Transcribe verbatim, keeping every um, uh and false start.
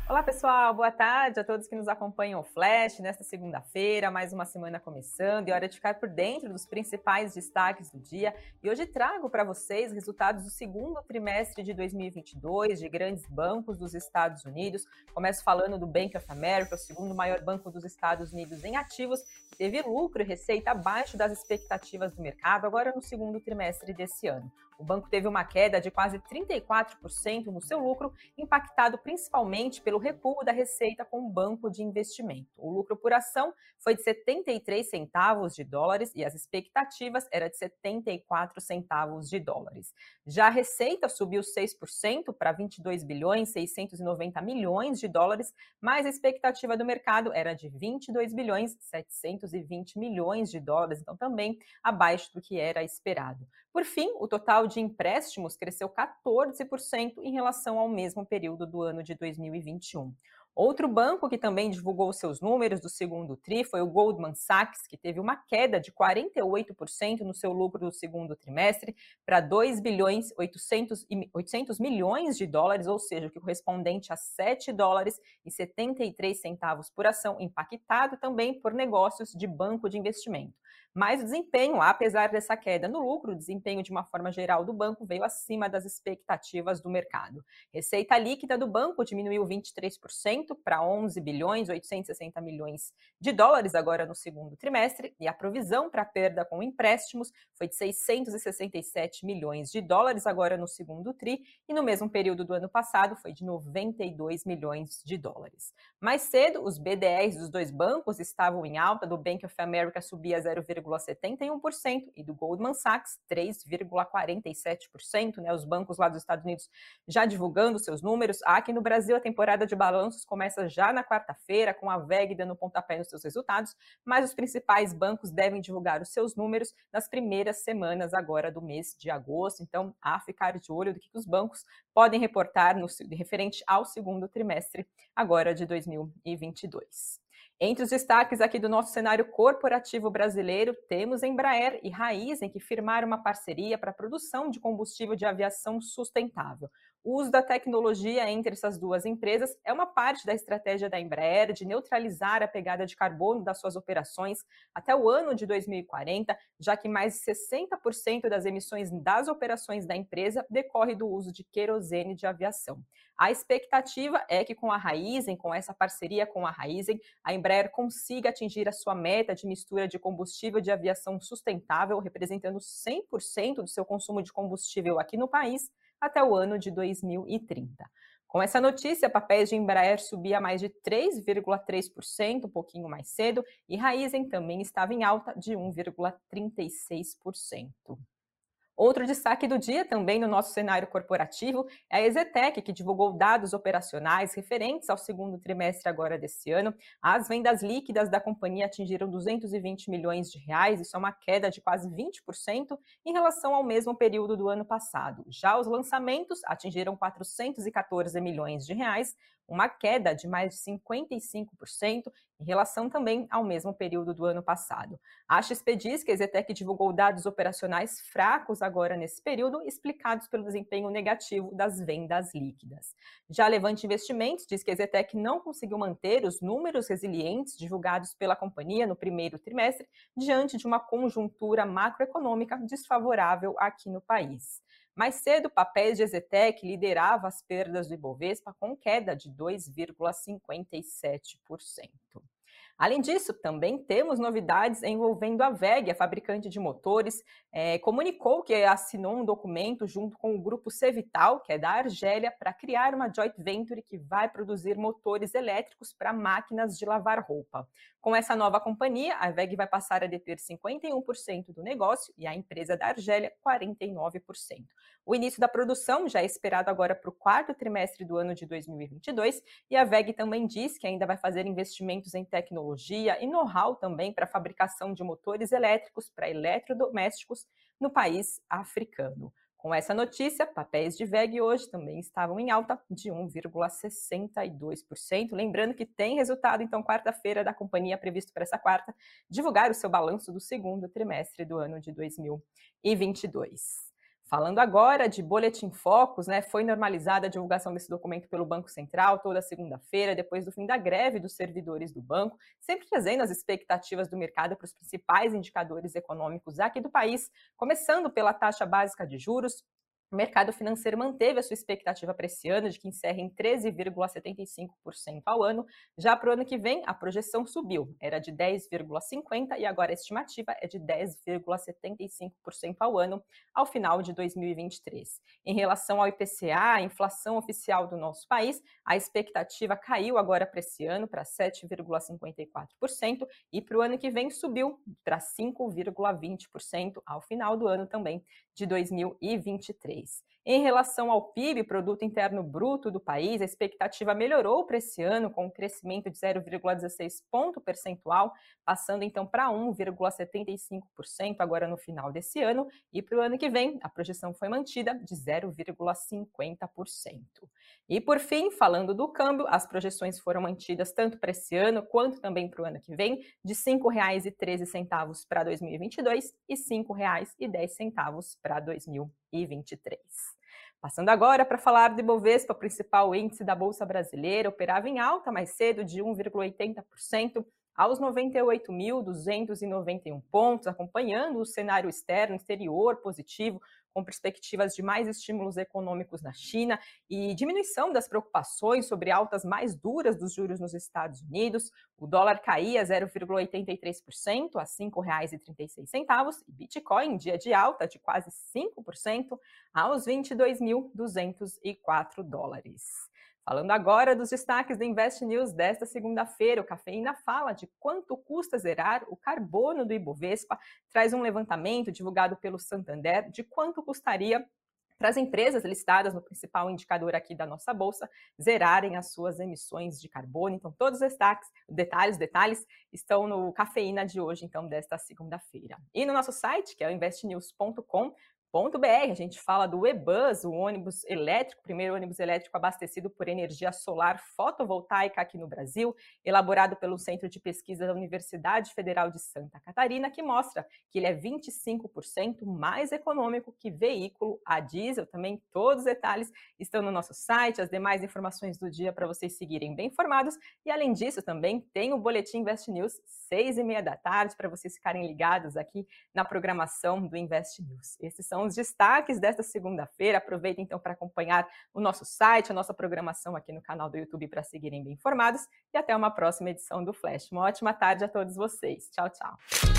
Olá, pessoal. Boa tarde a todos que nos acompanham ao Flash nesta segunda-feira, mais uma semana começando e hora de ficar por dentro dos principais destaques do dia. E hoje trago para vocês resultados do segundo trimestre de dois mil e vinte e dois de grandes bancos dos Estados Unidos. Começo falando do Bank of America, o segundo maior banco dos Estados Unidos em ativos, que teve lucro e receita abaixo das expectativas do mercado agora no segundo trimestre desse ano. O banco teve uma queda de quase trinta e quatro por cento no seu lucro, impactado principalmente pelo recuo da receita com o banco de investimento. O lucro por ação foi de setenta e três centavos de dólares e as expectativas eram de setenta e quatro centavos de dólares. Já a receita subiu seis por cento para vinte e dois bilhões seiscentos e noventa milhões de dólares, mas a expectativa do mercado era de vinte e dois bilhões setecentos e vinte milhões de dólares, então também abaixo do que era esperado. Por fim, o total de empréstimos cresceu quatorze por cento em relação ao mesmo período do ano de dois mil e vinte e um. Outro banco que também divulgou seus números do segundo tri foi o Goldman Sachs, que teve uma queda de quarenta e oito por cento no seu lucro do segundo trimestre para dois bilhões oitocentos milhões de dólares, ou seja, o que correspondente a sete dólares e setenta e três centavos por ação, impactado também por negócios de banco de investimento. Mas o desempenho, apesar dessa queda no lucro, o desempenho de uma forma geral do banco veio acima das expectativas do mercado. Receita líquida do banco diminuiu vinte e três por cento para onze bilhões oitocentos e sessenta milhões de dólares agora no segundo trimestre, e a provisão para perda com empréstimos foi de seiscentos e sessenta e sete milhões de dólares agora no segundo tri, e no mesmo período do ano passado foi de noventa e dois milhões de dólares. Mais cedo, os B D Rs dos dois bancos estavam em alta, do Bank of America subia zero vírgula setenta e um por cento e do Goldman Sachs três vírgula quarenta e sete por cento, né? Os bancos lá dos Estados Unidos já divulgando seus números. Aqui no Brasil, a temporada de balanços começa já na quarta-feira, com a V E G dando pontapé nos seus resultados, mas os principais bancos devem divulgar os seus números nas primeiras semanas agora do mês de agosto. Então, a ficar de olho do que os bancos podem reportar no, referente ao segundo trimestre agora de dois mil e vinte e dois. Entre os destaques aqui do nosso cenário corporativo brasileiro, temos Embraer e Raízen, que firmaram uma parceria para a produção de combustível de aviação sustentável. O uso da tecnologia entre essas duas empresas é uma parte da estratégia da Embraer de neutralizar a pegada de carbono das suas operações até o ano de dois mil e quarenta, já que mais de sessenta por cento das emissões das operações da empresa decorre do uso de querosene de aviação. A expectativa é que com a Raízen, com essa parceria com a Raízen, a Embraer consiga atingir a sua meta de mistura de combustível de aviação sustentável, representando cem por cento do seu consumo de combustível aqui no país, até o ano de dois mil e trinta. Com essa notícia, papéis de Embraer subia mais de três vírgula três por cento, um pouquinho mais cedo, e Raízen também estava em alta de um vírgula trinta e seis por cento. Outro destaque do dia, também no nosso cenário corporativo, é a Ezetec, que divulgou dados operacionais referentes ao segundo trimestre agora desse ano. As vendas líquidas da companhia atingiram duzentos e vinte milhões de reais, isso é uma queda de quase vinte por cento em relação ao mesmo período do ano passado. Já os lançamentos atingiram quatrocentos e quatorze milhões de reais, uma queda de mais de cinquenta e cinco por cento em relação também ao mesmo período do ano passado. A X P diz que a Ezetec divulgou dados operacionais fracos agora nesse período, explicados pelo desempenho negativo das vendas líquidas. Já a Levante Investimentos diz que a Ezetec não conseguiu manter os números resilientes divulgados pela companhia no primeiro trimestre, diante de uma conjuntura macroeconômica desfavorável aqui no país. Mais cedo, papéis de Ezetec lideravam as perdas do Ibovespa com queda de dois vírgula cinquenta e sete por cento. Além disso, também temos novidades envolvendo a V E G, a fabricante de motores, é, comunicou que assinou um documento junto com o grupo Cevital, que é da Argélia, para criar uma joint venture que vai produzir motores elétricos para máquinas de lavar roupa. Com essa nova companhia, a V E G vai passar a deter cinquenta e um por cento do negócio e a empresa da Argélia quarenta e nove por cento. O início da produção já é esperado agora para o quarto trimestre do ano de dois mil e vinte e dois, e a V E G também diz que ainda vai fazer investimentos em tecnologia e know-how também para a fabricação de motores elétricos para eletrodomésticos no país africano. Com essa notícia, papéis de V E G hoje também estavam em alta de um vírgula sessenta e dois por cento. Lembrando que tem resultado, então, quarta-feira da companhia previsto para essa quarta, divulgar o seu balanço do segundo trimestre do ano de dois mil e vinte e dois. Falando agora de Boletim Focus, né, foi normalizada a divulgação desse documento pelo Banco Central toda segunda-feira, depois do fim da greve dos servidores do banco, sempre trazendo as expectativas do mercado para os principais indicadores econômicos aqui do país, começando pela taxa básica de juros. O mercado financeiro manteve a sua expectativa para esse ano de que encerre em treze vírgula setenta e cinco por cento ao ano. Já para o ano que vem, a projeção subiu, era de dez vírgula cinquenta por cento e agora a estimativa é de dez vírgula setenta e cinco por cento ao ano, ao final de dois mil e vinte e três. Em relação ao I P C A, a inflação oficial do nosso país, a expectativa caiu agora para esse ano para sete vírgula cinquenta e quatro por cento e para o ano que vem subiu para cinco vírgula vinte por cento ao final do ano também de dois mil e vinte e três. Em relação ao P I B, Produto Interno Bruto do país, a expectativa melhorou para esse ano, com um crescimento de zero vírgula dezesseis ponto percentual, passando então para um vírgula setenta e cinco por cento agora no final desse ano, e para o ano que vem, a projeção foi mantida de zero vírgula cinquenta por cento. E por fim, falando do câmbio, as projeções foram mantidas tanto para esse ano quanto também para o ano que vem, de cinco reais e treze centavos para dois mil e vinte e dois e cinco reais e dez centavos para dois mil e vinte e três. Passando agora para falar do Ibovespa, o principal índice da Bolsa Brasileira, operava em alta mais cedo de um vírgula oitenta por cento aos noventa e oito mil duzentos e noventa e um pontos, acompanhando o cenário externo, exterior positivo, com perspectivas de mais estímulos econômicos na China e diminuição das preocupações sobre altas mais duras dos juros nos Estados Unidos. O dólar caía zero vírgula oitenta e três por cento a cinco reais e trinta e seis centavos e Bitcoin em dia de alta de quase cinco por cento aos vinte e dois mil duzentos e quatro dólares. Falando agora dos destaques do Invest News desta segunda-feira, o Cafeína fala de quanto custa zerar o carbono do Ibovespa, traz um levantamento divulgado pelo Santander de quanto custaria para as empresas listadas no principal indicador aqui da nossa bolsa zerarem as suas emissões de carbono. Então, todos os destaques, detalhes, detalhes estão no Cafeína de hoje, então, desta segunda-feira. E no nosso site, que é o invest news ponto com ponto b r, a gente fala do E-Bus, o ônibus elétrico, primeiro ônibus elétrico abastecido por energia solar fotovoltaica aqui no Brasil, elaborado pelo Centro de Pesquisa da Universidade Federal de Santa Catarina, que mostra que ele é vinte e cinco por cento mais econômico que veículo a diesel. Também todos os detalhes estão no nosso site, as demais informações do dia para vocês seguirem bem informados. E além disso, também tem o Boletim Invest News, seis e meia da tarde, para vocês ficarem ligados aqui na programação do Invest News. Esses são os destaques desta segunda-feira. Aproveitem então para acompanhar o nosso site, a nossa programação aqui no canal do YouTube para seguirem bem informados e até uma próxima edição do Flash. Uma ótima tarde a todos vocês. Tchau, tchau.